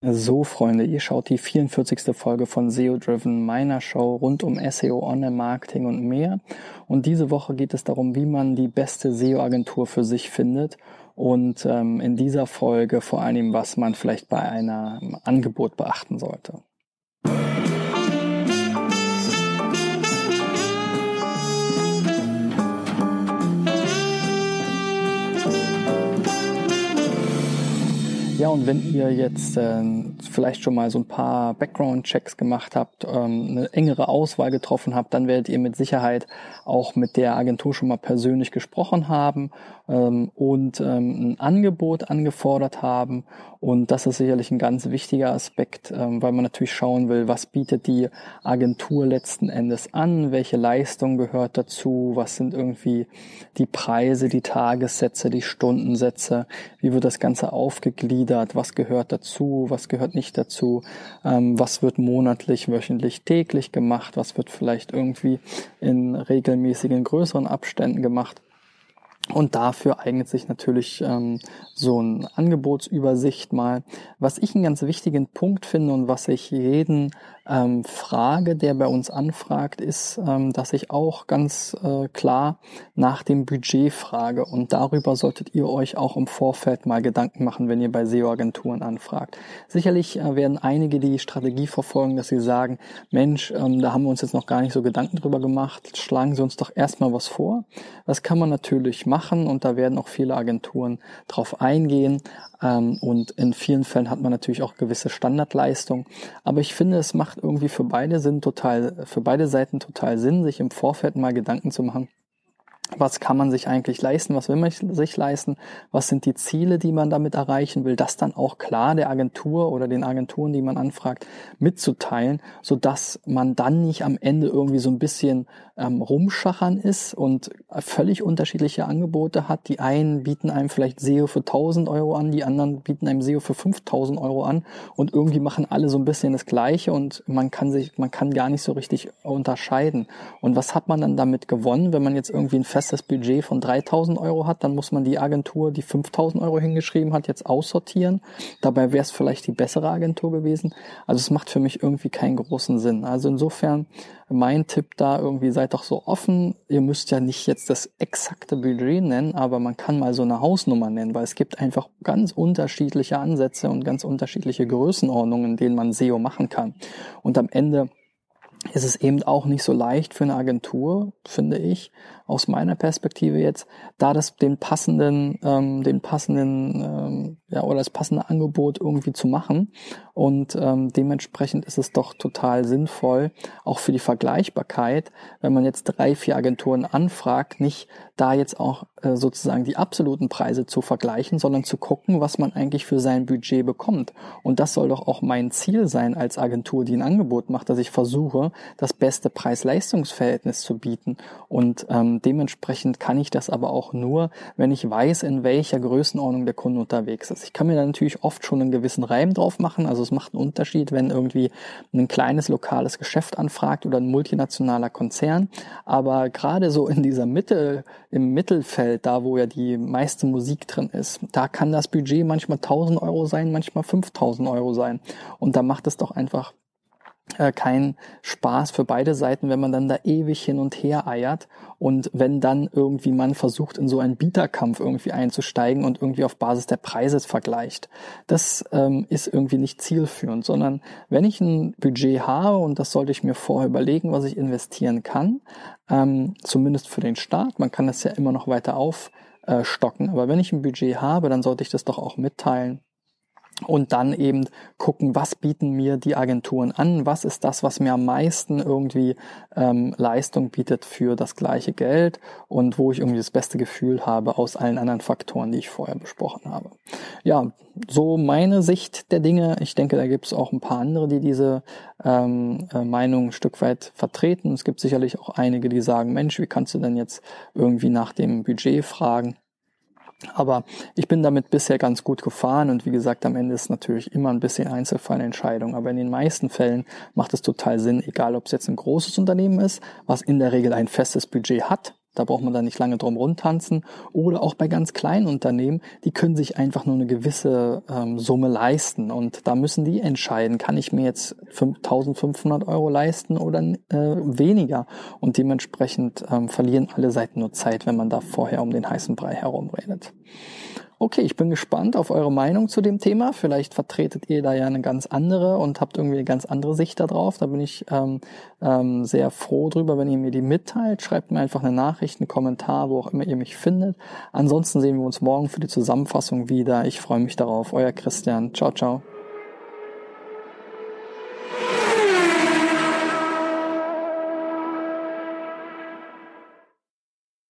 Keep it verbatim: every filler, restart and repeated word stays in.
So, Freunde, ihr schaut die vierundvierzigste Folge von S E O Driven, meiner Show rund um S E O, Online-Marketing und mehr. Und diese Woche geht es darum, wie man die beste S E O-Agentur für sich findet. Und ähm, in dieser Folge vor allem, was man vielleicht bei einem Angebot beachten sollte. Ja, und wenn ihr jetzt äh, vielleicht schon mal so ein paar Background-Checks gemacht habt, ähm, eine engere Auswahl getroffen habt, dann werdet ihr mit Sicherheit auch mit der Agentur schon mal persönlich gesprochen haben ähm, und ähm, ein Angebot angefordert haben. Und das ist sicherlich ein ganz wichtiger Aspekt, ähm, weil man natürlich schauen will, was bietet die Agentur letzten Endes an, welche Leistung gehört dazu, was sind irgendwie die Preise, die Tagessätze, die Stundensätze, wie wird das Ganze aufgegliedert, was gehört dazu, was gehört nicht dazu, ähm, was wird monatlich, wöchentlich, täglich gemacht, was wird vielleicht irgendwie in regelmäßigen größeren Abständen gemacht. Und dafür eignet sich natürlich ähm, so eine Angebotsübersicht mal. Was ich einen ganz wichtigen Punkt finde und was ich jeden ähm, frage, der bei uns anfragt, ist, ähm, dass ich auch ganz äh, klar nach dem Budget frage. Und darüber solltet ihr euch auch im Vorfeld mal Gedanken machen, wenn ihr bei S E O-Agenturen anfragt. Sicherlich äh, werden einige die Strategie verfolgen, dass sie sagen, Mensch, ähm, da haben wir uns jetzt noch gar nicht so Gedanken drüber gemacht, schlagen Sie uns doch erstmal was vor. Das kann man natürlich machen und da werden auch viele Agenturen drauf eingehen. Ähm, und in vielen Fällen hat man natürlich auch gewisse Standardleistung. Aber ich finde, es macht irgendwie für beide Sinn total, für beide Seiten total Sinn, sich im Vorfeld mal Gedanken zu machen. Was kann man sich eigentlich leisten? Was will man sich leisten? Was sind die Ziele, die man damit erreichen will? Das dann auch klar der Agentur oder den Agenturen, die man anfragt, mitzuteilen, sodass man dann nicht am Ende irgendwie so ein bisschen ähm, rumschachern ist und völlig unterschiedliche Angebote hat. Die einen bieten einem vielleicht S E O für tausend Euro an, die anderen bieten einem S E O für fünftausend Euro an und irgendwie machen alle so ein bisschen das Gleiche und man kann sich, man kann gar nicht so richtig unterscheiden. Und was hat man dann damit gewonnen, wenn man jetzt irgendwie ein festes Budget von dreitausend Euro hat, dann muss man die Agentur, die fünftausend Euro hingeschrieben hat, jetzt aussortieren. Dabei wäre es vielleicht die bessere Agentur gewesen. Also es macht für mich irgendwie keinen großen Sinn. Also insofern mein Tipp da irgendwie, seid doch so offen. Ihr müsst ja nicht jetzt das exakte Budget nennen, aber man kann mal so eine Hausnummer nennen, weil es gibt einfach ganz unterschiedliche Ansätze und ganz unterschiedliche Größenordnungen, in denen man S E O machen kann. Und am Ende ist es eben auch nicht so leicht für eine Agentur, finde ich, aus meiner Perspektive jetzt, da das den passenden, ähm, den passenden, ähm, ja, oder das passende Angebot irgendwie zu machen. Und ähm, dementsprechend ist es doch total sinnvoll, auch für die Vergleichbarkeit, wenn man jetzt drei, vier Agenturen anfragt, nicht da jetzt auch äh, sozusagen die absoluten Preise zu vergleichen, sondern zu gucken, was man eigentlich für sein Budget bekommt. Und das soll doch auch mein Ziel sein als Agentur, die ein Angebot macht, dass ich versuche, das beste Preis-Leistungs-Verhältnis zu bieten. Und ähm, dementsprechend kann ich das aber auch nur, wenn ich weiß, in welcher Größenordnung der Kunde unterwegs ist. Ich kann mir da natürlich oft schon einen gewissen Reim drauf machen. Also es macht einen Unterschied, wenn irgendwie ein kleines lokales Geschäft anfragt oder ein multinationaler Konzern. Aber gerade so in dieser Mitte, im Mittelfeld, da wo ja die meiste Musik drin ist, da kann das Budget manchmal tausend Euro sein, manchmal fünftausend Euro sein. Und da macht es doch einfach äh, kein Spaß für beide Seiten, wenn man dann da ewig hin und her eiert und wenn dann irgendwie man versucht, in so einen Bieterkampf irgendwie einzusteigen und irgendwie auf Basis der Preise vergleicht. Das ähm, ist irgendwie nicht zielführend, sondern wenn ich ein Budget habe, und das sollte ich mir vorher überlegen, was ich investieren kann, ähm, zumindest für den Start, man kann das ja immer noch weiter aufstocken, aber wenn ich ein Budget habe, dann sollte ich das doch auch mitteilen. Und dann eben gucken, was bieten mir die Agenturen an, was ist das, was mir am meisten irgendwie ähm, Leistung bietet für das gleiche Geld und wo ich irgendwie das beste Gefühl habe aus allen anderen Faktoren, die ich vorher besprochen habe. Ja, so meine Sicht der Dinge. Ich denke, da gibt es auch ein paar andere, die diese ähm, äh, Meinung ein Stück weit vertreten. Es gibt sicherlich auch einige, die sagen, Mensch, wie kannst du denn jetzt irgendwie nach dem Budget fragen? Aber ich bin damit bisher ganz gut gefahren und wie gesagt, am Ende ist natürlich immer ein bisschen Einzelfallentscheidung. Aber in den meisten Fällen macht es total Sinn, egal ob es jetzt ein großes Unternehmen ist, was in der Regel ein festes Budget hat, Da braucht man da nicht lange drum rumtanzen. Oder auch bei ganz kleinen Unternehmen, die können sich einfach nur eine gewisse ähm, Summe leisten. Und da müssen die entscheiden, kann ich mir jetzt eintausendfünfhundert Euro leisten oder äh, weniger. Und dementsprechend ähm, verlieren alle Seiten nur Zeit, wenn man da vorher um den heißen Brei herumredet. Okay, ich bin gespannt auf eure Meinung zu dem Thema. Vielleicht vertretet ihr da ja eine ganz andere und habt irgendwie eine ganz andere Sicht da drauf. Da bin ich ähm, ähm, sehr froh drüber, wenn ihr mir die mitteilt. Schreibt mir einfach eine Nachricht, einen Kommentar, wo auch immer ihr mich findet. Ansonsten sehen wir uns morgen für die Zusammenfassung wieder. Ich freue mich darauf. Euer Christian. Ciao, ciao.